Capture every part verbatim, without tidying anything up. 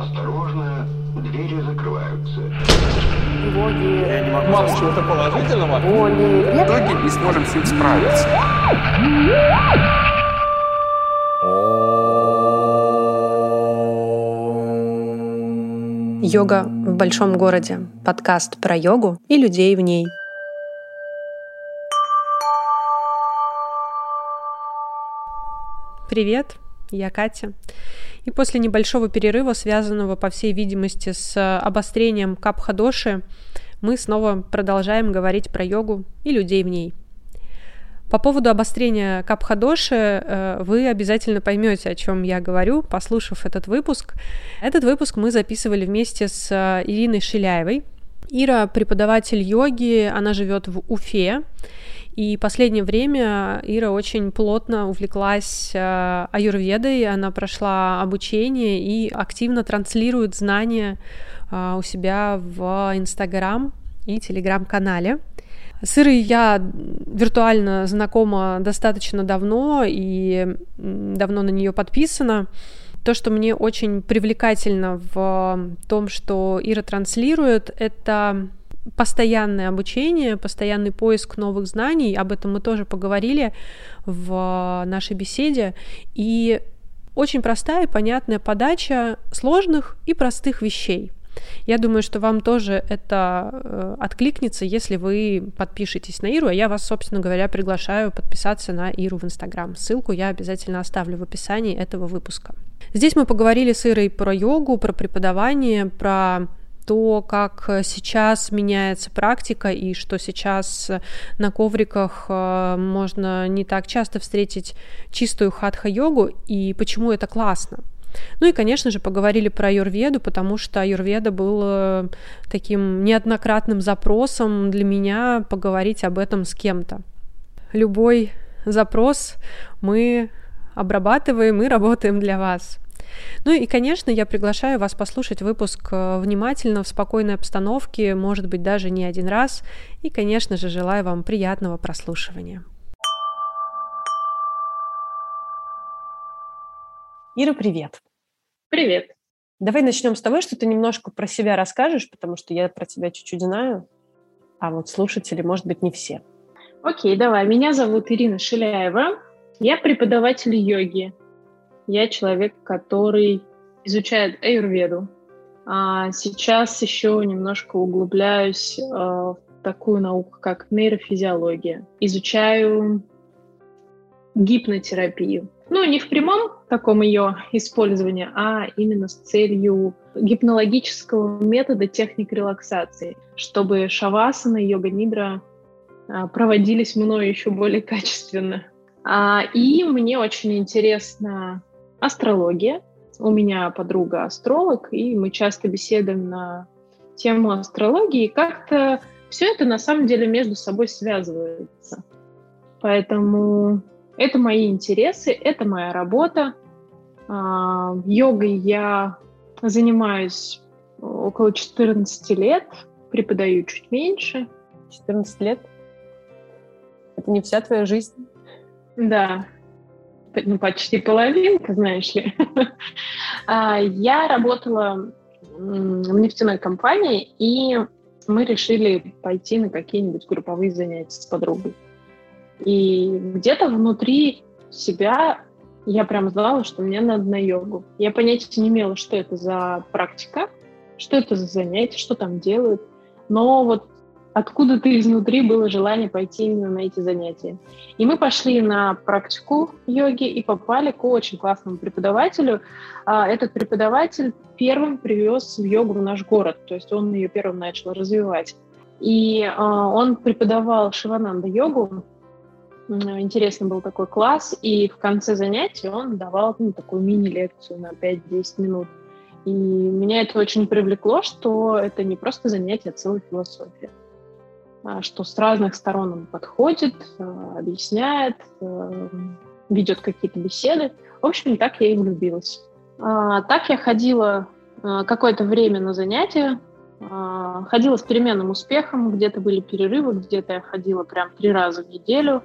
Осторожно, двери закрываются. Тревоги. Я не могу Мало чего-то положительного. Боли. В итоге не сможем с ним справиться. Йога в большом городе. Подкаст про йогу и людей в ней. Привет, я Катя. И после небольшого перерыва, связанного, по всей видимости, с обострением капха-доши, мы снова продолжаем говорить про йогу и людей в ней. По поводу обострения капха-доши вы обязательно поймете, о чем я говорю, послушав этот выпуск. Этот выпуск мы записывали вместе с Ириной Шиляевой. Ира — преподаватель йоги, она живет в Уфе. И последнее время Ира очень плотно увлеклась аюрведой, она прошла обучение и активно транслирует знания у себя в Инстаграм и Телеграм-канале. С Ирой я виртуально знакома достаточно давно и давно на нее подписана. То, что мне очень привлекательно в том, что Ира транслирует, это постоянное обучение, постоянный поиск новых знаний. Об этом мы тоже поговорили в нашей беседе. И очень простая и понятная подача сложных и простых вещей. Я думаю, что вам тоже это откликнется, если вы подпишетесь на Иру, а я вас, собственно говоря, приглашаю подписаться на Иру в Инстаграм. Ссылку я обязательно оставлю в описании этого выпуска. Здесь мы поговорили с Ирой про йогу, про преподавание, про то, как сейчас меняется практика и что сейчас на ковриках можно не так часто встретить чистую хатха-йогу и почему это классно. Ну и, конечно же, поговорили про аюрведу, потому что аюрведа был таким неоднократным запросом для меня поговорить об этом с кем-то. Любой запрос мы обрабатываем и работаем для вас. Ну и, конечно, я приглашаю вас послушать выпуск внимательно, в спокойной обстановке, может быть, даже не один раз. И, конечно же, желаю вам приятного прослушивания. Ира, привет. Привет. Давай начнем с того, что ты немножко про себя расскажешь, потому что я про тебя чуть-чуть знаю, а вот слушатели, может быть, не все. Окей, давай. Меня зовут Ирина Шиляева. Я преподаватель йоги. Я человек, который изучает аюрведу. А сейчас еще немножко углубляюсь э, в такую науку, как нейрофизиология. Изучаю гипнотерапию. Ну, не в прямом таком ее использовании, а именно с целью гипнологического метода техник релаксации, чтобы шавасана и йога-нидра проводились мною еще более качественно. И мне очень интересна астрология. У меня подруга астролог, и мы часто беседуем на тему астрологии. И как-то все это на самом деле между собой связывается. Поэтому это мои интересы, это моя работа. Йогой я занимаюсь около четырнадцати лет, преподаю чуть меньше. четырнадцать лет? Это не вся твоя жизнь? Да, ну, почти половинка, знаешь ли. Я работала в нефтяной компании, и мы решили пойти на какие-нибудь групповые занятия с подругой. И где-то внутри себя я прям знала, что мне надо на йогу. Я понятия не имела, что это за практика, что это за занятие, что там делают. Но вот откуда-то изнутри было желание пойти именно на эти занятия. И мы пошли на практику йоги и попали к очень классному преподавателю. Этот преподаватель первым привез йогу в наш город, то есть он ее первым начал развивать. И он преподавал шивананда-йогу. Интересный был такой класс, и в конце занятия он давал ну, такую мини-лекцию на пять-десять минут. И меня это очень привлекло, что это не просто занятие, а целая философия. Что с разных сторон он подходит, объясняет, ведет какие-то беседы. В общем, так я и влюбилась. Так я ходила какое-то время на занятия, ходила с переменным успехом, где-то были перерывы, где-то я ходила прям три раза в неделю.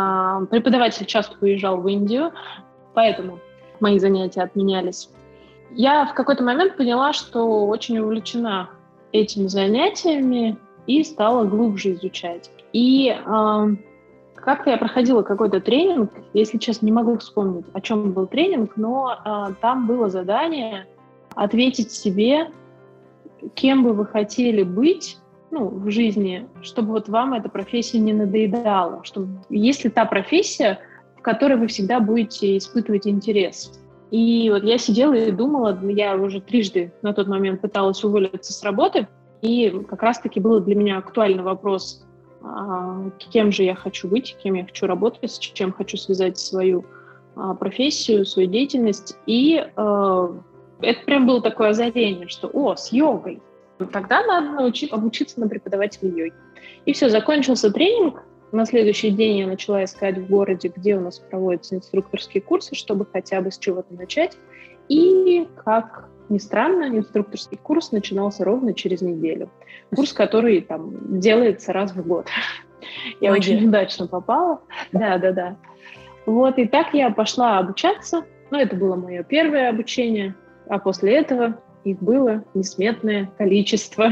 Преподаватель часто уезжал в Индию, поэтому мои занятия отменялись. я в какой-то момент поняла, что очень увлечена этими занятиями и стала глубже изучать. И э, как-то я проходила какой-то тренинг, если честно, не могу вспомнить, о чем был тренинг, но э, там было задание ответить себе, кем бы вы хотели быть, ну, в жизни, чтобы вот вам эта профессия не надоедала, чтобы есть ли та профессия, в которой вы всегда будете испытывать интерес. И вот я сидела и думала, я уже трижды на тот момент пыталась уволиться с работы, и как раз-таки был для меня актуальный вопрос, кем же я хочу быть, кем я хочу работать, с чем хочу связать свою профессию, свою деятельность. И э, это прям было такое озарение, что «О, с йогой! Тогда надо научиться, обучиться на преподавателя йоги». И все, закончился тренинг. На следующий день я начала искать в городе, где у нас проводятся инструкторские курсы, чтобы хотя бы с чего-то начать. И, как ни странно, инструкторский курс начинался ровно через неделю. Курс, который там делается раз в год. Я Ой, очень удачно попала. Да, да, да. Вот, и так я пошла обучаться. Ну, это было мое первое обучение. А после этого их было несметное количество.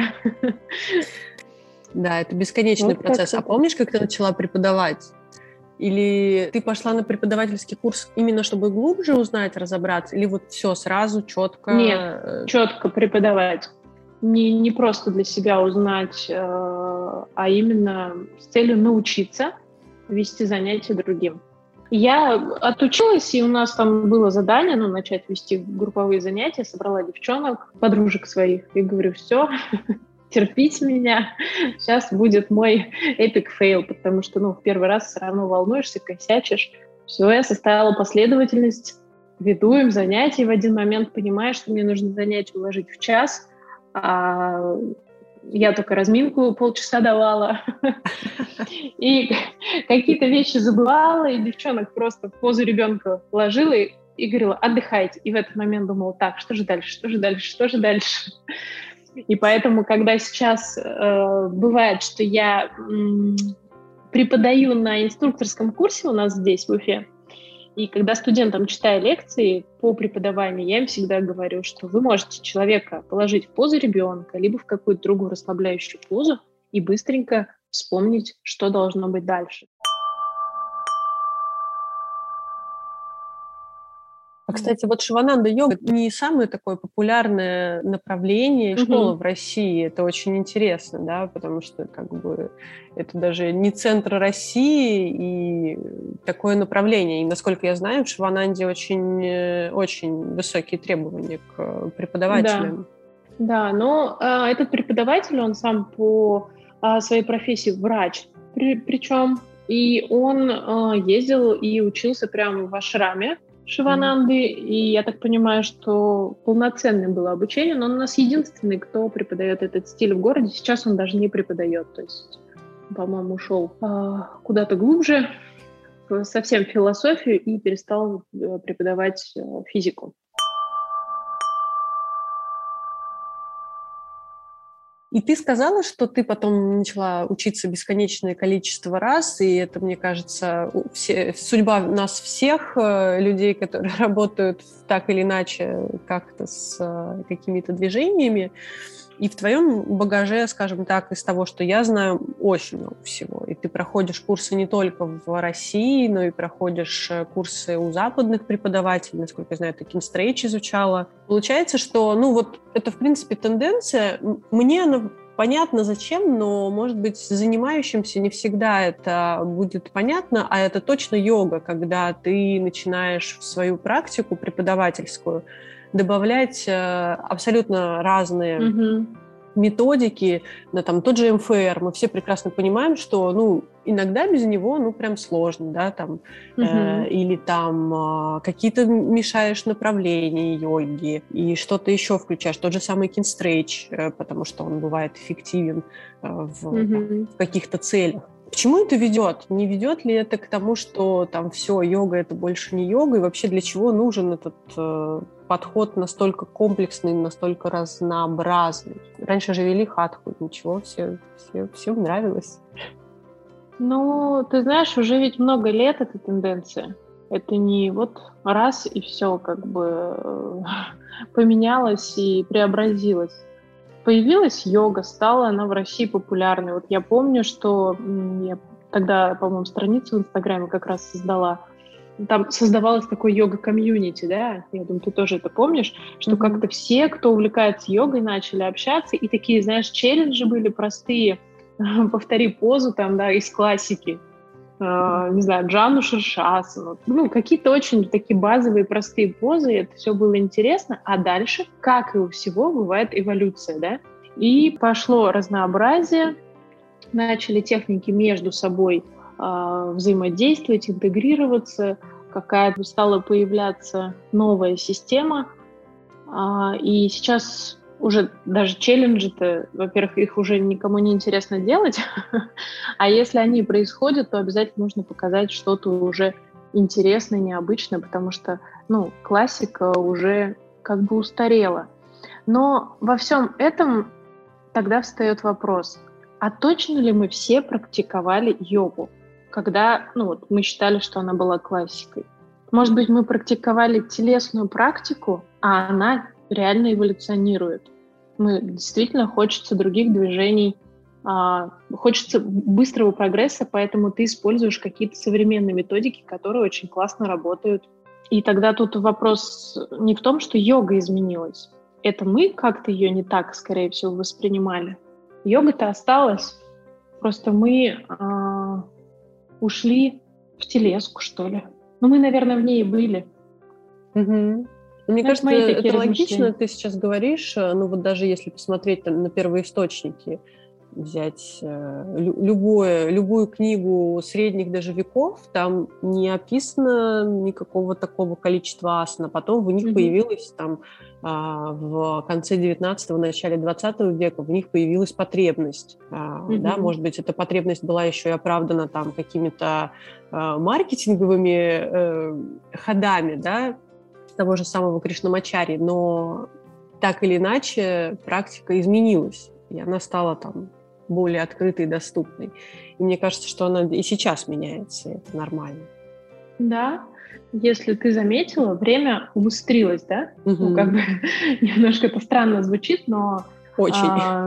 Да, это бесконечный Вот процесс. так-то. А помнишь, как ты начала преподавать? Или ты пошла на преподавательский курс именно чтобы глубже узнать, разобраться? Или вот все сразу, четко? Нет, четко преподавать. Не, не просто для себя узнать, э, а именно с целью научиться вести занятия другим. Я отучилась, и у нас там было задание, ну, начать вести групповые занятия, собрала девчонок, подружек своих, и говорю, все, терпите меня, сейчас будет мой эпик фейл, потому что, ну, в первый раз все равно волнуешься, косячишь. Все, я составила последовательность, веду им занятия, в один момент понимаю, что мне нужно занятие уложить в час, а я только разминку полчаса давала, и какие-то вещи забывала, и девчонок просто в позу ребенка ложила и, и говорила, отдыхайте. И в этот момент думала, так, что же дальше, что же дальше, что же дальше? И поэтому, когда сейчас э, бывает, что я м, преподаю на инструкторском курсе у нас здесь, в Уфе, и когда студентам читаю лекции по преподаванию, я им всегда говорю, что вы можете человека положить в позу ребенка, либо в какую-то другую расслабляющую позу и быстренько вспомнить, что должно быть дальше. А, кстати, вот Шивананда-йога не самое такое популярное направление и школа Мгм. в России. Это очень интересно, да, потому что как бы это даже не центр России и такое направление. И, насколько я знаю, в Шивананде очень, э, очень высокие требования к преподавателям. Да, да, но э, этот преподаватель, он сам по э, своей профессии врач, при, причем, и он э, ездил и учился прямо в ашраме Шивананды, и я так понимаю, что полноценное было обучение, но он у нас единственный, кто преподает этот стиль в городе. Сейчас он даже не преподает, то есть, по-моему, ушел э, куда-то глубже, в совсем философию и перестал э, преподавать э, физику. И ты сказала, что ты потом начала учиться бесконечное количество раз, и это, мне кажется, у все, судьба нас всех, э, людей, которые работают так или иначе как-то с э, какими-то движениями. И в твоем багаже, скажем так, из того, что я знаю, очень много всего. И ты проходишь курсы не только в России, но и проходишь курсы у западных преподавателей. Насколько я знаю, ты Кинстрейч изучала. Получается, что, ну вот, это, в принципе, тенденция. Мне она понятно, зачем, но, может быть, занимающимся не всегда это будет понятно, а это точно йога, когда ты начинаешь в свою практику преподавательскую добавлять э, абсолютно разные Mm-hmm. методики, на там тот же эм эф эр. Мы все прекрасно понимаем, что, ну, иногда без него, ну, прям сложно, да, там, Mm-hmm. э, или там э, какие-то мешаешь направления йоги, и что-то еще включаешь, тот же самый Кинстрейч, э, потому что он бывает эффективен э, в, Mm-hmm. в каких-то целях. К чему это ведет? Не ведет ли это к тому, что там все, йога — это больше не йога, и вообще для чего нужен этот э, подход настолько комплексный, настолько разнообразный? Раньше же вели хатху, ничего, все, все, всем нравилось. Ну, ты знаешь, уже ведь много лет эта тенденция. Это не вот раз и все как бы поменялось и преобразилось. Появилась йога, стала она в России популярной. Вот я помню, что я тогда, по-моему, страницу в Инстаграме как раз создала. Там создавалось такое йога-комьюнити, да? Я думаю, ты тоже это помнишь, что mm-hmm. как-то все, кто увлекается йогой, начали общаться, и такие, знаешь, челленджи были простые. Повтори позу там, да, из классики. Uh, не знаю, Джану Ширшасану. Ну, какие-то очень такие базовые, простые позы, это все было интересно. А дальше, как и у всего, бывает эволюция, да? И пошло разнообразие, начали техники между собой uh, взаимодействовать, интегрироваться, какая-то стала появляться новая система. Uh, и сейчас уже даже челленджи-то, во-первых, их уже никому не интересно делать, а если они происходят, то обязательно нужно показать что-то уже интересное, необычное, потому что, ну, классика уже как бы устарела. Но во всем этом тогда встает вопрос, а точно ли мы все практиковали йогу, когда, ну, вот мы считали, что она была классикой? Может быть, мы практиковали телесную практику, а она реально эволюционирует. Мы действительно хочется других движений, а, хочется быстрого прогресса, поэтому ты используешь какие-то современные методики, которые очень классно работают. И тогда тут вопрос не в том, что йога изменилась. Это мы как-то ее не так, скорее всего, воспринимали. Йога-то осталась, просто мы а, ушли в телеску, что ли. Ну, мы, наверное, в ней и были. Угу. Мне ну, кажется, это, это логично, ты сейчас говоришь, ну вот даже если посмотреть там, на первоисточники, взять э, любое, любую книгу средних даже веков, там не описано никакого такого количества асан, потом в них mm-hmm. появилось там э, в конце девятнадцатого, начале двадцатого века, в них появилась потребность. Э, mm-hmm. да, может быть, эта потребность была еще и оправдана там какими-то э, маркетинговыми э, ходами, да, того же самого Кришнамачари, но так или иначе практика изменилась, и она стала там более открытой и доступной. И мне кажется, что она и сейчас меняется, и это нормально. Да, если ты заметила, время убыстрилось, да? Угу. Ну, как бы немножко это странно звучит, но... Очень. А,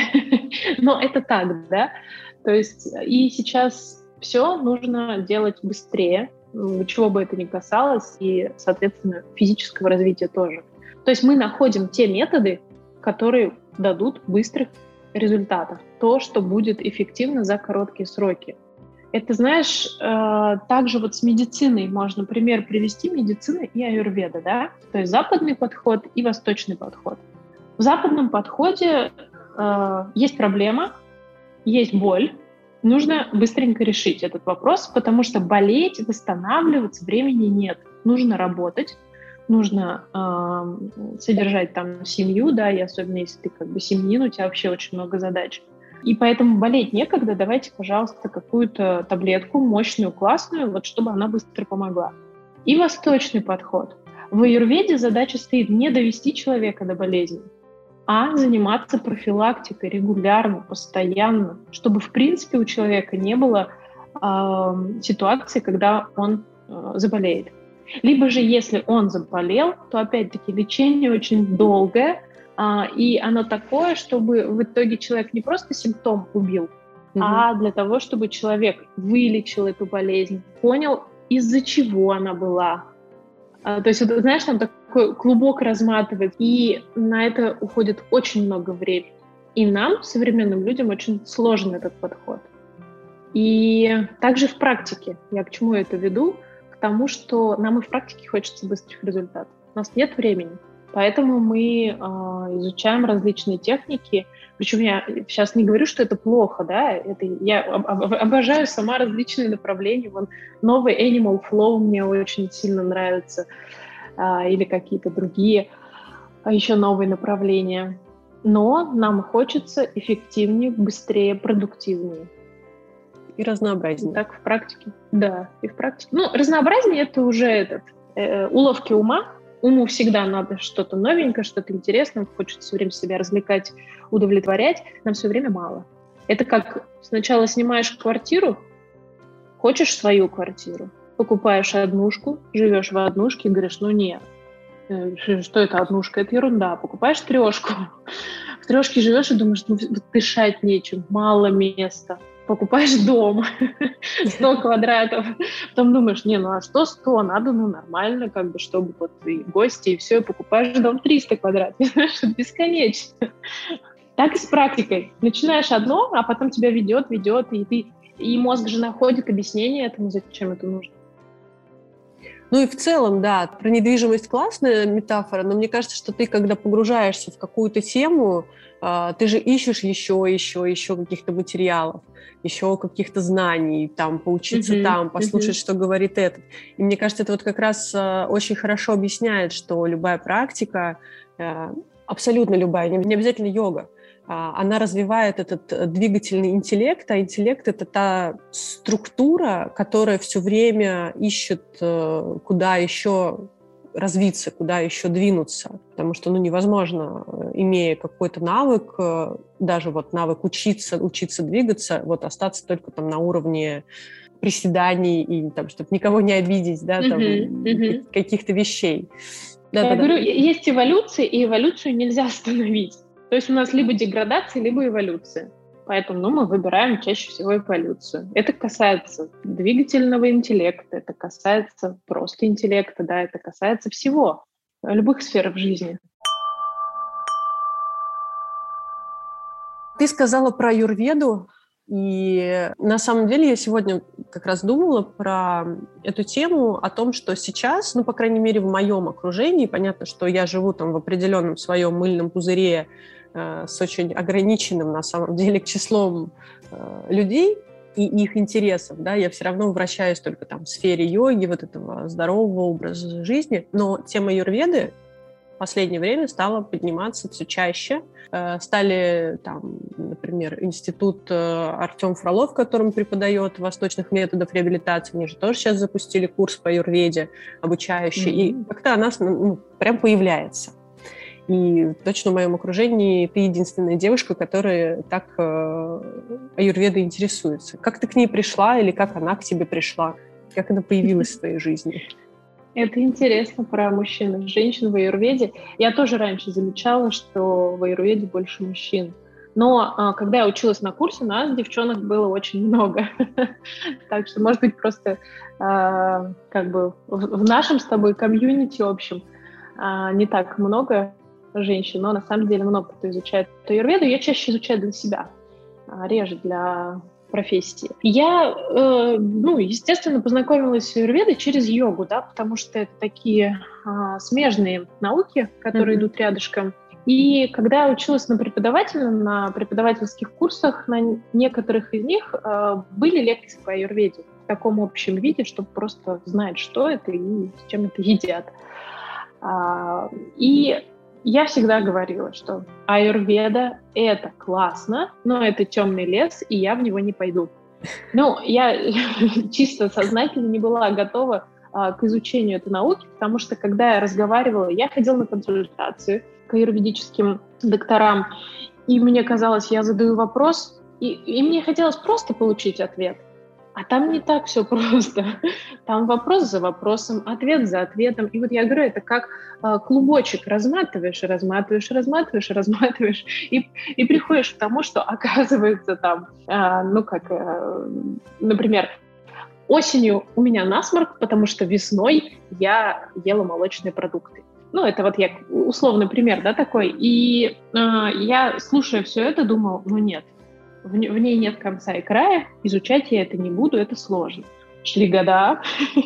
но это так, да? То есть и сейчас все нужно делать быстрее, чего бы это ни касалось, и, соответственно, физического развития тоже. То есть мы находим те методы, которые дадут быстрых результатов, то, что будет эффективно за короткие сроки. Это, знаешь, э, также вот с медициной можно пример привести, медицина и аюрведа, да? То есть западный подход и восточный подход. В западном подходе э, есть проблема, есть боль, нужно быстренько решить этот вопрос, потому что болеть, восстанавливаться времени нет. Нужно работать, нужно э, содержать там семью, да, и особенно если ты как бы семьянин, у тебя вообще очень много задач. И поэтому болеть некогда, давайте, пожалуйста, какую-то таблетку мощную, классную, вот чтобы она быстро помогла. И восточный подход. В аюрведе задача стоит не довести человека до болезни, а заниматься профилактикой регулярно, постоянно, чтобы, в принципе, у человека не было э, ситуации, когда он э, заболеет. Либо же, если он заболел, то, опять-таки, лечение очень долгое, э, и оно такое, чтобы в итоге человек не просто симптом убил, mm-hmm. а для того, чтобы человек вылечил эту болезнь, понял, из-за чего она была. То есть, вот, знаешь, там такой клубок разматывает, и на это уходит очень много времени. И нам, современным людям, очень сложен этот подход. И также в практике. Я к чему это веду? К тому, что нам и в практике хочется быстрых результатов. У нас нет времени. Поэтому мы э, изучаем различные техники. Причем я сейчас не говорю, что это плохо, да, это, я об, об, обожаю сама различные направления. Вон, новый Animal Flow мне очень сильно нравится, э, или какие-то другие, а еще новые направления. Но нам хочется эффективнее, быстрее, продуктивнее. И разнообразнее. Так в практике. Да, и в практике. Ну, разнообразнее — это уже этот, э, уловки ума. Уму всегда надо что-то новенькое, что-то интересное, хочется все время себя развлекать, удовлетворять, нам все время мало. Это как сначала снимаешь квартиру, хочешь свою квартиру, покупаешь однушку, живешь в однушке и говоришь, ну нет, что это однушка? Это ерунда. Покупаешь трешку, в трешке живешь и думаешь, ну дышать нечем, мало места. Покупаешь дом, сто квадратов, потом думаешь, не, ну а что сто? Надо, ну, нормально, как бы, чтобы вот и гости, и все, и покупаешь дом триста квадратов, знаешь, бесконечно. Так и с практикой. Начинаешь одно, а потом тебя ведет, ведет, и ты, и мозг же находит объяснение этому, зачем это нужно. Ну и в целом, да, про недвижимость классная метафора, но мне кажется, что ты, когда погружаешься в какую-то тему, ты же ищешь еще, еще, еще каких-то материалов, еще каких-то знаний, там, поучиться uh-huh, там, послушать, uh-huh. что говорит этот. И мне кажется, это вот как раз очень хорошо объясняет, что любая практика, абсолютно любая, не обязательно йога, она развивает этот двигательный интеллект, а интеллект — это та структура, которая все время ищет, куда еще развиться, куда еще двинуться. Потому что ну, невозможно, имея какой-то навык, даже вот навык учиться, учиться двигаться, вот остаться только там на уровне приседаний и там, чтобы никого не обидеть, да, там, uh-huh, uh-huh. каких-то вещей. Да, Я да, говорю, да. есть эволюция, и эволюцию нельзя остановить. То есть у нас либо деградация, либо эволюция. Поэтому ну, мы выбираем чаще всего эволюцию. Это касается двигательного интеллекта, это касается просто интеллекта, да, это касается всего, любых сфер в жизни. Ты сказала про аюрведу, и на самом деле я сегодня как раз думала про эту тему, о том, что сейчас, ну, по крайней мере, в моем окружении, понятно, что я живу там в определенном своем мыльном пузыре э, с очень ограниченным, на самом деле, числом э, людей и их интересов, да, я все равно вращаюсь только там в сфере йоги, вот этого здорового образа жизни, но тема аюрведы в последнее время стала подниматься все чаще. Стали, там, например, институт Артем Фролов, которым преподает восточных методов реабилитации, они же тоже сейчас запустили курс по аюрведе обучающий, mm-hmm. и как-то она ну, прям появляется. И точно в моем окружении ты единственная девушка, которая так э, аюрведой интересуется. Как ты к ней пришла или как она к тебе пришла? Как она появилась в твоей жизни? Это интересно про мужчин и женщин в аюрведе. Я тоже раньше замечала, что в аюрведе больше мужчин. Но а, когда я училась на курсе, у нас девчонок было очень много. Так что, может быть, просто а, как бы в, в нашем с тобой комьюнити общем а, не так много женщин, но на самом деле много кто изучает аюрведу. Я чаще изучаю для себя, а, реже для профессии. Я, э, ну, естественно, познакомилась с аюрведой через йогу, да, потому что это такие э, смежные науки, которые mm-hmm. идут рядышком. И когда я училась на преподавателя, на преподавательских курсах, на некоторых из них э, были лекции по аюрведе в таком общем виде, чтобы просто знать, что это и с чем это едят. А, и я всегда говорила, что аюрведа — это классно, но это темный лес, и я в него не пойду. Ну, я чисто сознательно не была готова а, к изучению этой науки, потому что, когда я разговаривала, я ходила на консультацию к аюрведическим докторам, и мне казалось, я задаю вопрос, и, и мне хотелось просто получить ответ. А там не так все просто. Там вопрос за вопросом, ответ за ответом. И вот я говорю, это как э, клубочек. Разматываешь, разматываешь, разматываешь, разматываешь. И, и приходишь к тому, что оказывается там, э, ну как, э, например, осенью у меня насморк, потому что весной я ела молочные продукты. Ну, это вот я условный пример, да, такой. И э, я, слушая все это, думала, ну нет, В, в ней нет конца и края, изучать я это не буду, это сложно. Шли года,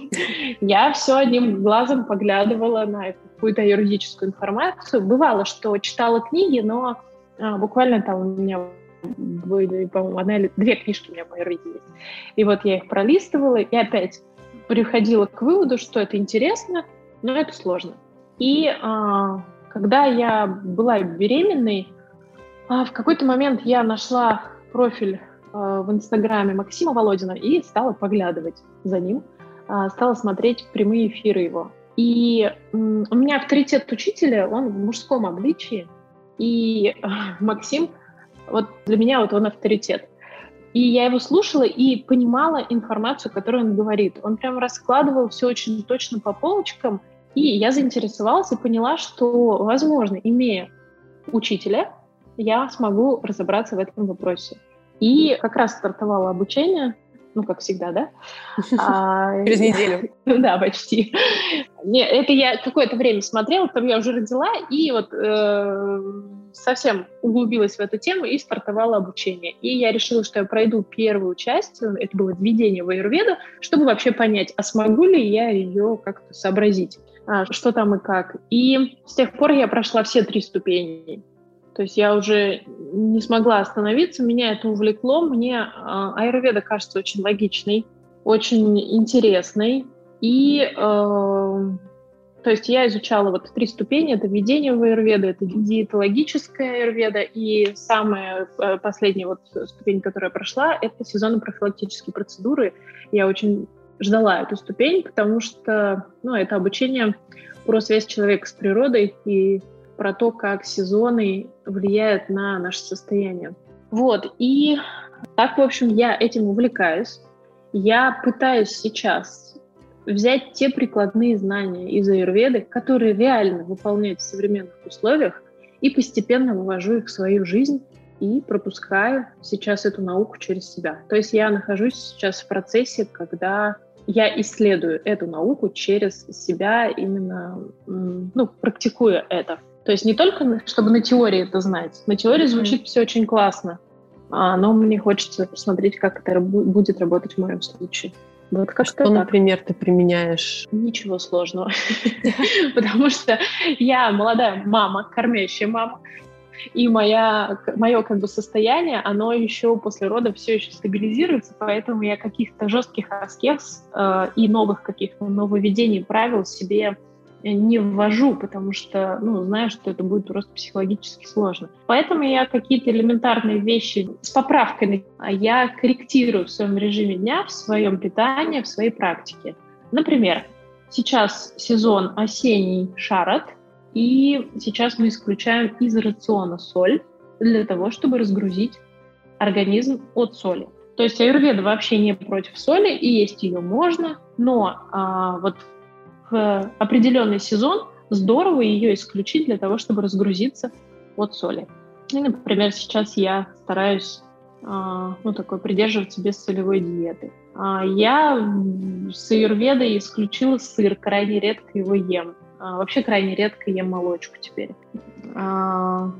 я все одним глазом поглядывала на какую-то юридическую информацию. Бывало, что читала книги, но а, буквально там у меня были, по-моему, одна или две книжки у меня по аюрведе есть. И вот я их пролистывала, и опять приходила к выводу, что это интересно, но это сложно. И а, когда я была беременной, а, в какой-то момент я нашла профиль э, в Инстаграме Максима Володина и стала поглядывать за ним, э, стала смотреть прямые эфиры его. И э, у меня авторитет учителя, он в мужском обличии, и э, Максим, вот для меня вот он авторитет. И я его слушала и понимала информацию, которую он говорит. Он прям раскладывал все очень точно по полочкам, и я заинтересовалась и поняла, что, возможно, имея учителя, я смогу разобраться в этом вопросе. И как раз стартовало обучение, ну, как всегда, да? Через неделю. Да, почти. Это я какое-то время смотрела, потом я уже родила, и вот совсем углубилась в эту тему и стартовала обучение. И я решила, что я пройду первую часть, это было введение в аюрведу, чтобы вообще понять, а смогу ли я ее как-то сообразить, что там и как. И с тех пор я прошла все три ступени. То есть я уже не смогла остановиться, меня это увлекло, мне аюрведа кажется очень логичной, очень интересной. И, э, то есть я изучала вот три ступени, это введение в аюрведу, это диетологическая аюрведа, и самая последняя вот ступень, которую я прошла, это сезонно-профилактические процедуры. Я очень ждала эту ступень, потому что, ну, это обучение про связь человека с природой и про то, как сезоны влияют на наше состояние. Вот, и так, в общем, я этим увлекаюсь. Я пытаюсь сейчас взять те прикладные знания из аюрведы, которые реально выполняют в современных условиях, и постепенно вывожу их в свою жизнь и пропускаю сейчас эту науку через себя. То есть я нахожусь сейчас в процессе, когда я исследую эту науку через себя, именно, ну, практикуя это. То есть не только, чтобы на теории это знать. На теории звучит mm-hmm. все очень классно, но мне хочется посмотреть, как это будет работать в моем случае. Вот как что, так. Например, ты применяешь? Ничего сложного. Потому что я молодая мама, кормящая мама, и моя, мое как бы состояние, оно еще после родов все еще стабилизируется, поэтому я каких-то жестких аскез и новых каких-то нововведений правил себе не ввожу, потому что, ну, знаю, что это будет просто психологически сложно. Поэтому я какие-то элементарные вещи с поправкой я корректирую в своем режиме дня, в своем питании, в своей практике. Например, сейчас сезон осенний шарат, и сейчас мы исключаем из рациона соль для того, чтобы разгрузить организм от соли. То есть аюрведа вообще не против соли, и есть ее можно, но а, вот в определенный сезон здорово ее исключить для того, чтобы разгрузиться от соли. И, например, сейчас я стараюсь э, ну, такой, придерживаться бессолевой диеты. А я с аюрведой исключила сыр, крайне редко его ем. А, вообще крайне редко ем молочку теперь. А,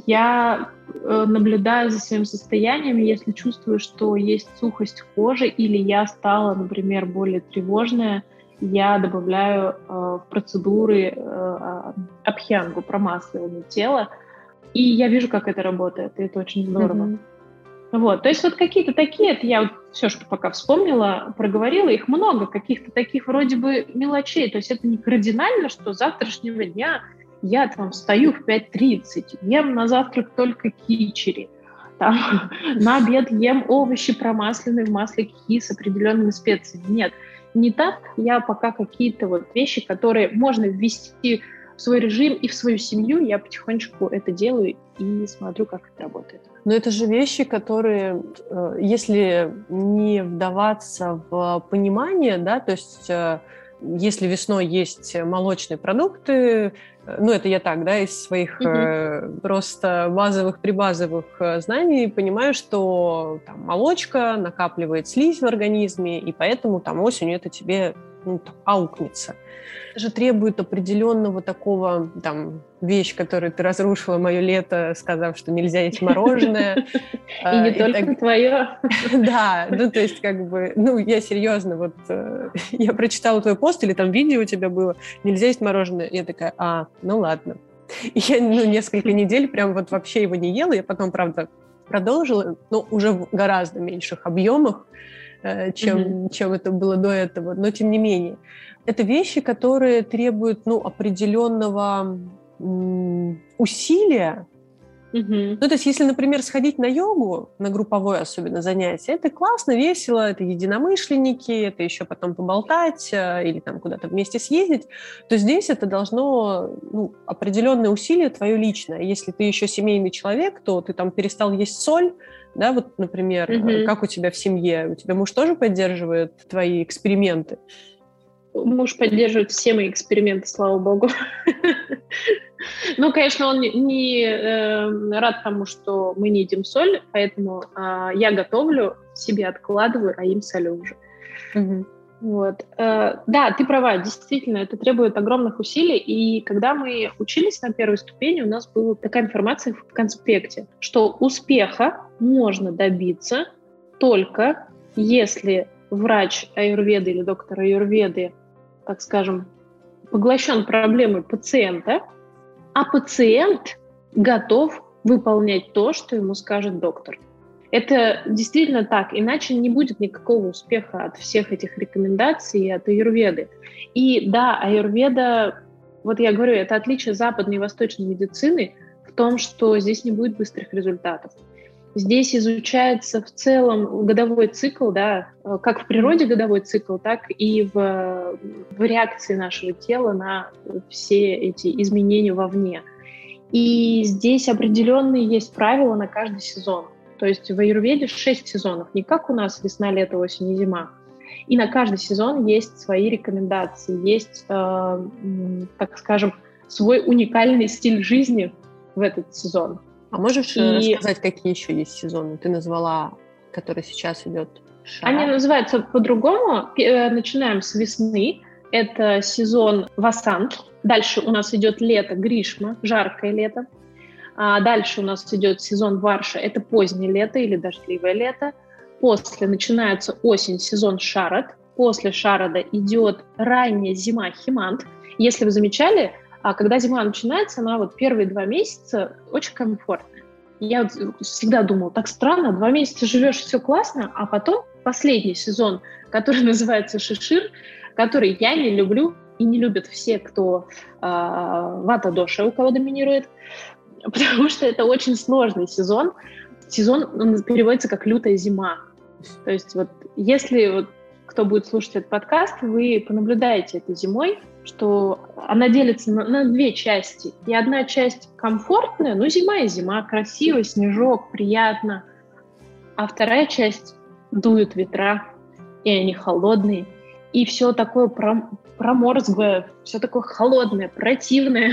я наблюдаю за своим состоянием, если чувствую, что есть сухость кожи или я стала, например, более тревожная, я добавляю э, в процедуры э, абхьянгу, промасливание тела, и я вижу, как это работает, и это очень здорово. Mm-hmm. Вот, то есть вот какие-то такие, это я вот все, что пока вспомнила, проговорила, их много, каких-то таких вроде бы мелочей, то есть это не кардинально, что с завтрашнего дня я там встаю в пять тридцать, ем на завтрак только кичери, там, на обед ем овощи промасленные в масле кики с определенными специями. Нет, не так. Я пока какие-то вот вещи, которые можно ввести в свой режим и в свою семью, я потихонечку это делаю и смотрю, как это работает. Но это же вещи, которые, если не вдаваться в понимание, да, то есть если весной есть молочные продукты, ну, это я так, да, из своих uh-huh. э, просто базовых, прибазовых знаний понимаю, что там молочка накапливает слизь в организме, и поэтому там осенью это тебе, ну, аукнется. Это же требует определенного такого, там, вещь, которую ты разрушила мое лето, сказав, что нельзя есть мороженое. И не только твое. Да, ну, то есть, как бы, ну, я серьезно, вот, я прочитала твой пост, или там видео у тебя было, нельзя есть мороженое, я такая, а, ну, ладно. И я, ну, несколько недель прям вот вообще его не ела, я потом, правда, продолжила, но уже в гораздо меньших объемах, чем, mm-hmm. чем это было до этого, но тем не менее. Это вещи, которые требуют, ну, определенного м- усилия. Mm-hmm. Ну, то есть, если, например, сходить на йогу, на групповое особенно занятие, это классно, весело, это единомышленники, это еще потом поболтать или там куда-то вместе съездить, то здесь это должно, ну, определенное усилие твое личное. Если ты еще семейный человек, то ты там перестал есть соль, да, вот, например, Мгм. как у тебя в семье? У тебя муж тоже поддерживает твои эксперименты? Муж поддерживает все мои эксперименты, слава богу. Ну, конечно, он не- не э, рад тому, что мы не едим соль, поэтому а, я готовлю, себе откладываю, а им солю уже. Мгм. Вот. Э, Да, ты права, действительно, это требует огромных усилий. И когда мы учились на первой ступени, у нас была такая информация в конспекте, что успеха можно добиться только если врач аюрведы или доктор аюрведы, так скажем, поглощен проблемой пациента, а пациент готов выполнять то, что ему скажет доктор. Это действительно так, иначе не будет никакого успеха от всех этих рекомендаций и от аюрведы. И да, аюрведа, вот я говорю, это отличие западной и восточной медицины в том, что здесь не будет быстрых результатов. Здесь изучается в целом годовой цикл, да, э, как в природе годовой цикл, так и в, в реакции нашего тела на все эти изменения вовне. И здесь определенные есть правила на каждый сезон. То есть в аюрведе шесть сезонов, не как у нас весна, лето, осень и зима. И на каждый сезон есть свои рекомендации, есть, э, м, так скажем, свой уникальный стиль жизни в этот сезон. А можешь И- э, рассказать, какие еще есть сезоны? Ты назвала, который сейчас идет. Они Шара. называются по-другому. П- э, Начинаем с весны. Это сезон Васант. Дальше у нас идет лето, Гришма, жаркое лето. А дальше у нас идет сезон Варша. Это позднее лето или дождливое лето. После начинается осень, сезон Шарад. После Шарада идет ранняя зима, Химант. Если вы замечали, а когда зима начинается, она вот первые два месяца очень комфортная. Я вот всегда думала, так странно, два месяца живешь, все классно, а потом последний сезон, который называется Шишир, который я не люблю и не любят все, кто э, вата-доша, у кого доминирует, потому что это очень сложный сезон. Сезон он переводится как «лютая зима». То есть вот если вот кто будет слушать этот подкаст, вы понаблюдаете этой зимой, что она делится на, на две части. И одна часть комфортная, ну зима и зима, красиво, снежок, приятно. А вторая часть дуют ветра, и они холодные. И все такое пром- проморзглое, все такое холодное, противное.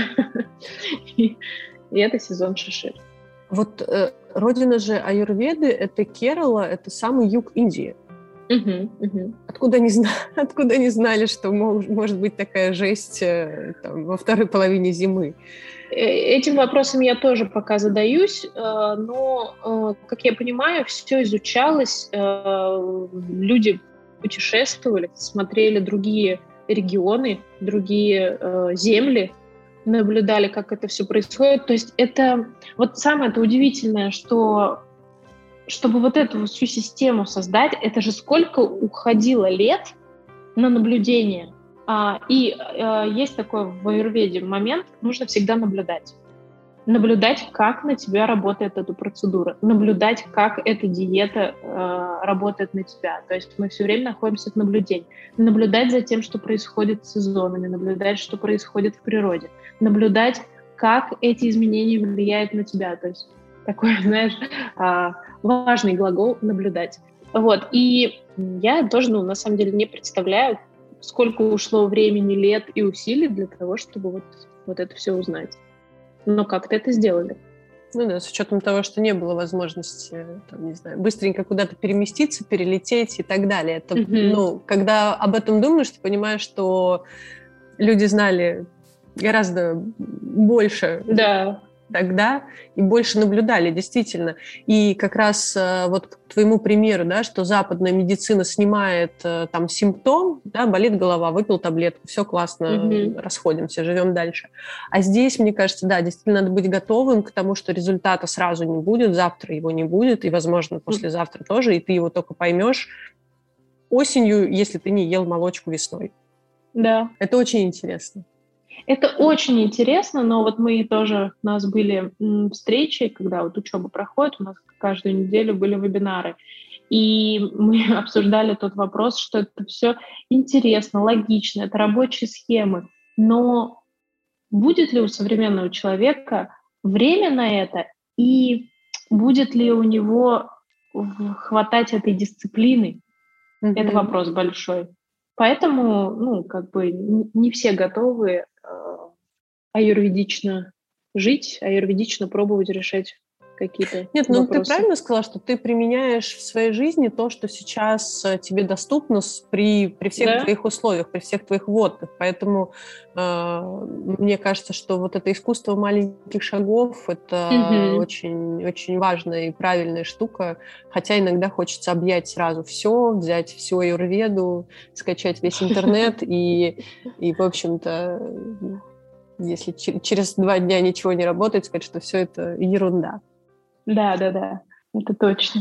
И и это сезон Шишир. Вот э, родина же аюрведы — это Керала, это самый юг Индии. Мгм, мгм. Откуда они, зна- Откуда они знали, что мож- может быть такая жесть э, там, во второй половине зимы? Э, Этим вопросом я тоже пока задаюсь, э, но, э, как я понимаю, все изучалось, э, люди путешествовали, смотрели другие регионы, другие э, земли, наблюдали, как это все происходит. То есть это вот самое-то удивительное, что чтобы вот эту всю систему создать, это же сколько уходило лет на наблюдение. А, и а, есть такой в аюрведе момент, нужно всегда наблюдать. Наблюдать, как на тебя работает эта процедура, наблюдать, как эта диета э, работает на тебя. То есть мы все время находимся в наблюдении. Наблюдать за тем, что происходит с сезонами, наблюдать, что происходит в природе, наблюдать, как эти изменения влияют на тебя. То есть такой, знаешь, э, важный глагол «наблюдать». Вот. И я тоже, ну, на самом деле, не представляю, сколько ушло времени, лет и усилий для того, чтобы вот, вот это все узнать. Но как-то это сделали. Ну да, с учетом того, что не было возможности, там, не знаю, быстренько куда-то переместиться, перелететь и так далее. Это, Мгм. ну, когда об этом думаешь, ты понимаешь, что люди знали гораздо больше Да. тогда и больше наблюдали, действительно. И как раз э, вот к твоему примеру, да, что западная медицина снимает э, там симптом, да, болит голова, выпил таблетку, все классно, Мгм. расходимся, живем дальше. А здесь, мне кажется, да, действительно надо быть готовым к тому, что результата сразу не будет, завтра его не будет, и, возможно, послезавтра тоже, и ты его только поймешь осенью, если ты не ел молочку весной. Да. Это очень интересно. Это очень интересно, но вот мы тоже, у нас были м, встречи, когда вот учеба проходит, у нас каждую неделю были вебинары, и мы обсуждали тот вопрос, что это все интересно, логично, это рабочие схемы, но будет ли у современного человека время на это, и будет ли у него хватать этой дисциплины. Mm-hmm. Это вопрос большой. Поэтому, ну, как бы не все готовы э, аюрведично жить, аюрведично пробовать решать какие-то Нет, ну вопросы. ты правильно сказала, что ты применяешь в своей жизни то, что сейчас тебе доступно при, при всех Да? твоих условиях, при всех твоих вводных. Поэтому э, мне кажется, что вот это искусство маленьких шагов – это Угу. очень, очень важная и правильная штука. Хотя иногда хочется объять сразу все, взять всю аюрведу, скачать весь интернет и, и в общем-то, если через два дня ничего не работает, сказать, что все это ерунда. Да, да, да, это точно.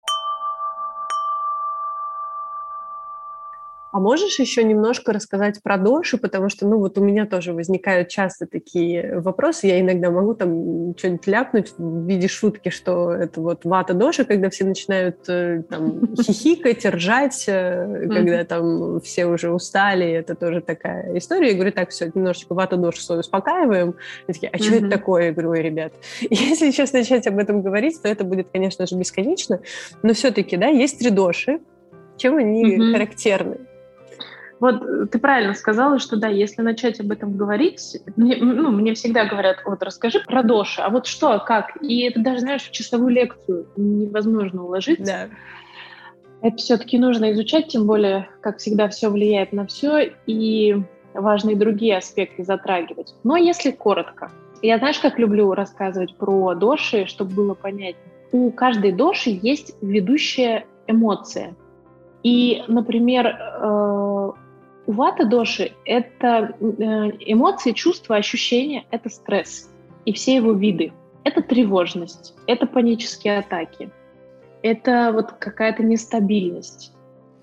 А можешь еще немножко рассказать про доши, потому что, ну, вот у меня тоже возникают часто такие вопросы, я иногда могу там что-нибудь ляпнуть в виде шутки, что это вот вата доши, когда все начинают там хихикать, ржать, когда там все уже устали, это тоже такая история. Я говорю, так, все, немножечко вата доши свою успокаиваем. И такие, а что это такое? Я говорю, ой, ребят, если сейчас начать об этом говорить, то это будет, конечно же, бесконечно, но все-таки, да, есть три доши. Чем они mm-hmm. характерны? Вот ты правильно сказала, что да, если начать об этом говорить, мне, ну, мне всегда говорят, вот расскажи про доши, а вот что, как? И это даже, знаешь, в часовую лекцию невозможно уложиться. Да. Это все-таки нужно изучать, тем более, как всегда, все влияет на все, и важно и другие аспекты затрагивать. Но если коротко, я, знаешь, как люблю рассказывать про доши, чтобы было понятно. У каждой доши есть ведущая эмоция. И, например, у ваты доши это эмоции, чувства, ощущения, это стресс и все его виды. Это тревожность, это панические атаки, это вот какая-то нестабильность.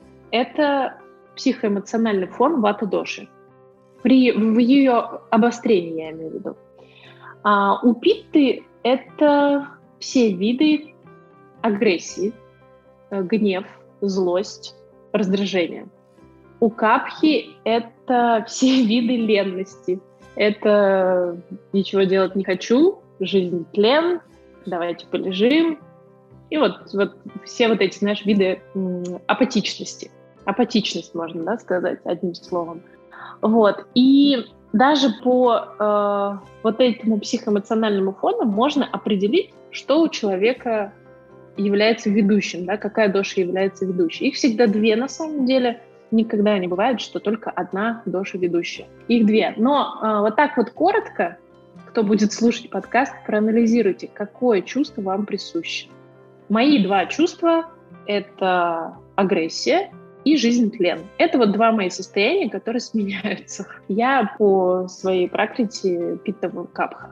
Это психоэмоциональный фон ваты доши. При, в ее обострении, я имею в виду. А у питты это все виды агрессии, гнев, злость, раздражение. У капхи это все виды ленности. Это ничего делать не хочу, жизнь тлен, давайте полежим. И вот, вот все вот эти, знаешь, виды м, апатичности. Апатичность, можно, да, сказать одним словом. Вот. И даже по э, вот этому психоэмоциональному фону можно определить, что у человека является ведущим, да, какая доша является ведущей. Их всегда две, на самом деле. Никогда не бывает, что только одна доша ведущая. Их две. Но э, вот так вот коротко, кто будет слушать подкаст, проанализируйте, какое чувство вам присуще. Мои два чувства – это агрессия и жизнь-тлен. Это вот два мои состояния, которые сменяются. Я по своей пракрити питтава капха.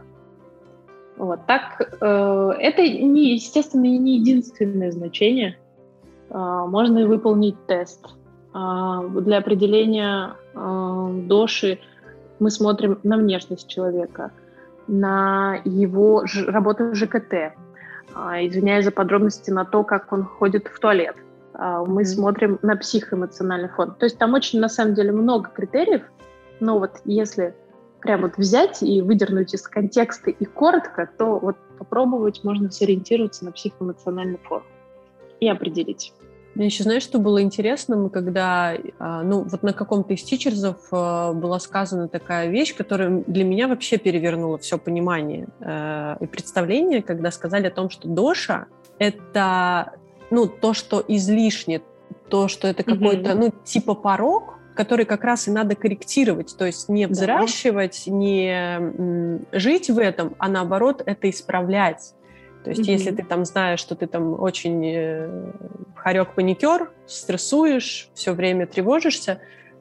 Вот так. Э, это, не, естественно, не единственное значение. Э, можно и выполнить тест. Э, для определения э, доши мы смотрим на внешность человека, на его ж, работу ЖКТ. Э, извиняюсь за подробности, на то, как он ходит в туалет. Э, мы mm-hmm. смотрим на психоэмоциональный фон. То есть там очень, на самом деле, много критериев, но вот если прям вот взять и выдернуть из контекста и коротко, то вот попробовать можно сориентироваться на психоэмоциональный фон и определить. Мне еще, знаешь, что было интересно? Мы когда, ну, вот на каком-то из тичерзов была сказана такая вещь, которая для меня вообще перевернула все понимание и представление, когда сказали о том, что доша — это, ну, то, что излишне, то, что это какой-то, mm-hmm. ну, типа порог, который как раз и надо корректировать, то есть не взращивать, да. не м, жить в этом, а наоборот это исправлять. То есть mm-hmm. если ты там знаешь, что ты там очень э, хорек-паникер, стрессуешь, все время тревожишься,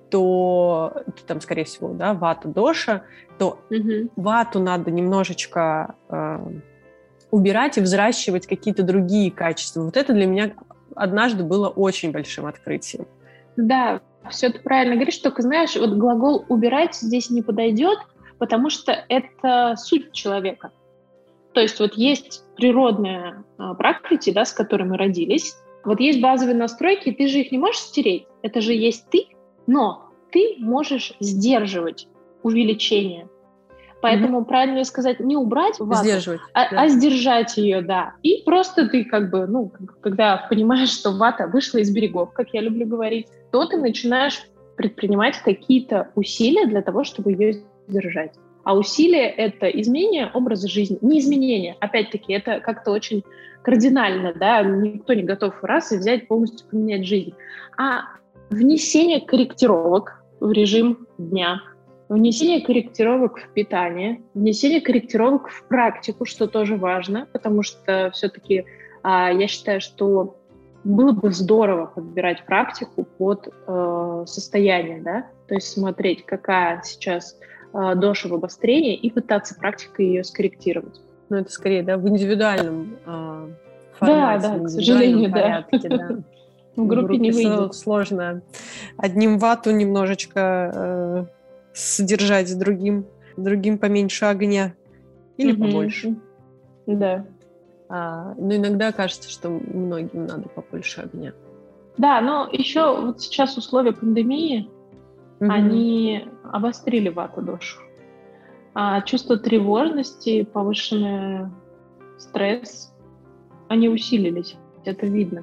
то ты там, скорее всего, да, вата доша, то mm-hmm. вату надо немножечко э, убирать и взращивать какие-то другие качества. Вот это для меня однажды было очень большим открытием. Да, все ты правильно говоришь, только, знаешь, вот глагол «убирать» здесь не подойдет, потому что это суть человека. То есть вот есть природная а, пракрити, да, с которой мы родились, вот есть базовые настройки, ты же их не можешь стереть, это же есть ты, но ты можешь сдерживать увеличение. Поэтому mm-hmm. правильно сказать, не убрать вату, сдерживать, а, да. а сдержать ее, да. И просто ты как бы, ну, когда понимаешь, что вата вышла из берегов, как я люблю говорить, то ты начинаешь предпринимать какие-то усилия для того, чтобы ее сдержать. А усилия — это изменение образа жизни. Не изменение, опять-таки, это как-то очень кардинально, да, никто не готов раз и взять полностью поменять жизнь. А внесение корректировок в режим дня, внесение корректировок в питание, внесение корректировок в практику, что тоже важно, потому что все-таки а, я считаю, что было бы здорово подбирать практику под э, состояние, да, то есть смотреть, какая сейчас э, доша в обострении, и пытаться практикой ее скорректировать. Ну, это скорее, да, в индивидуальном э, формате, да, да, в к сожалению, порядке, да. да. В группе не выйдет. Сложно одним вату немножечко э, содержать, с другим, другим поменьше огня или mm-hmm. побольше. Да. А, но иногда кажется, что многим надо побольше огня. Да, но еще вот сейчас условия пандемии, mm-hmm. они обострили вата-дошу. А чувство тревожности, повышенный стресс, они усилились. Это видно.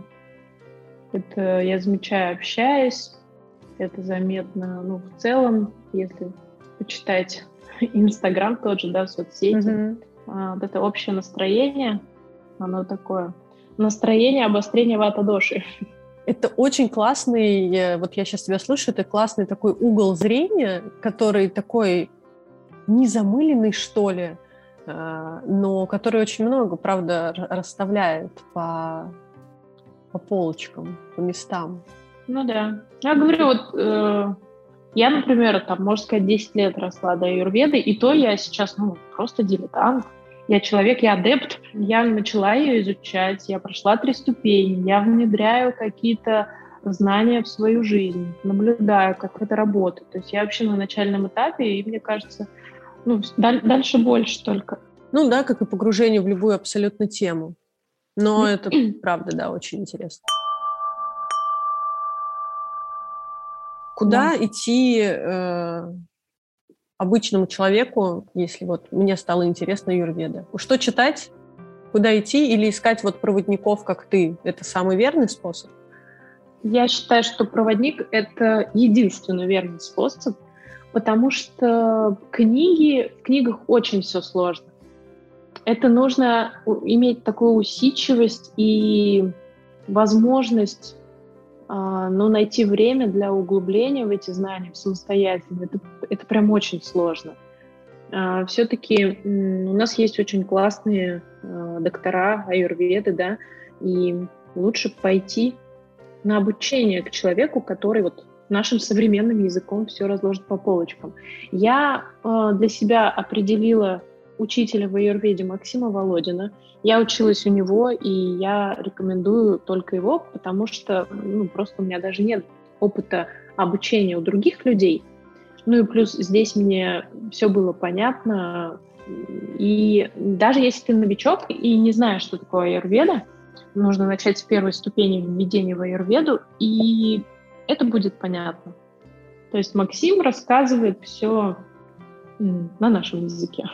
Это я замечаю, общаясь. Это заметно, ну, в целом, если почитать Инстаграм тот же, да, в соцсети. Mm-hmm. А, вот это общее настроение, оно такое. Настроение обострения вата-доши. Это очень классный, вот я сейчас тебя слушаю, это классный такой угол зрения, который такой незамыленный, что ли, но который очень много, правда, расставляет по, по полочкам, по местам. Ну да. Я говорю, вот э, я, например, там, можно сказать, десять лет росла до аюрведы, и то я сейчас, ну, просто дилетант. Я человек, я адепт. Я начала ее изучать, я прошла три ступени, я внедряю какие-то знания в свою жизнь, наблюдаю, как это работает. То есть я вообще на начальном этапе, и мне кажется, ну, дальше больше только. Ну да, как и погружение в любую абсолютно тему. Но это, правда, да, очень интересно. Куда да. идти э, обычному человеку, если вот мне стало интересно аюрведа? Что читать? Куда идти? Или искать вот проводников, как ты? Это самый верный способ? Я считаю, что проводник — это единственный верный способ, потому что книги, в книгах очень все сложно. Это нужно иметь такую усидчивость и возможность ну, найти время для углубления в эти знания самостоятельно. Это, это прям очень сложно. Все-таки у нас есть очень классные доктора аюрведы, да, и лучше пойти на обучение к человеку, который вот нашим современным языком все разложит по полочкам. Я для себя определила учителя в аюрведе Максима Володина. Я училась у него, и я рекомендую только его, потому что ну, просто у меня даже нет опыта обучения у других людей. Ну и плюс здесь мне все было понятно. И даже если ты новичок и не знаешь, что такое аюрведа, нужно начать с первой ступени введения в аюрведу, и это будет понятно. То есть Максим рассказывает все на нашем языке.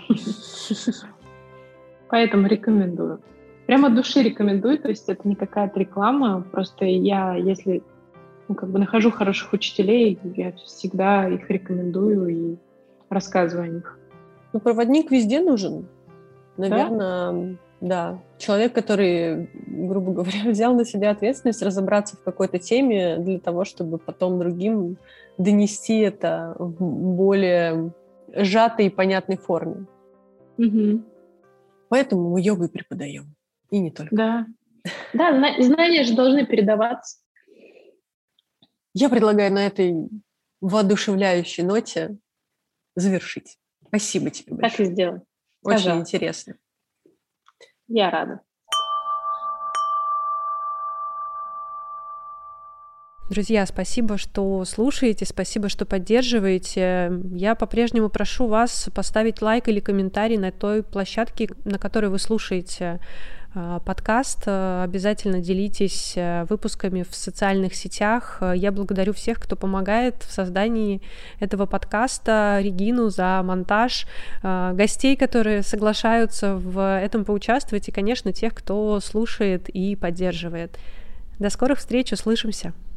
Поэтому рекомендую. Прямо от души рекомендую, то есть это не какая-то реклама, просто я, если ну, как бы нахожу хороших учителей, я всегда их рекомендую и рассказываю о них. Ну, проводник везде нужен. Наверное, да? да. Человек, который, грубо говоря, взял на себя ответственность разобраться в какой-то теме для того, чтобы потом другим донести это в более сжатой и понятной форме. Угу. Поэтому мы йогу и преподаем. И не только. Да. Да, знания же должны передаваться. Я предлагаю на этой воодушевляющей ноте завершить. Спасибо тебе большое. Так и сделаем. Очень Пожалуйста. Интересно. Я рада. Друзья, спасибо, что слушаете, спасибо, что поддерживаете. Я по-прежнему прошу вас поставить лайк или комментарий на той площадке, на которой вы слушаете подкаст. Обязательно делитесь выпусками в социальных сетях. Я благодарю всех, кто помогает в создании этого подкаста, Регину за монтаж, гостей, которые соглашаются в этом поучаствовать, и, конечно, тех, кто слушает и поддерживает. До скорых встреч, услышимся!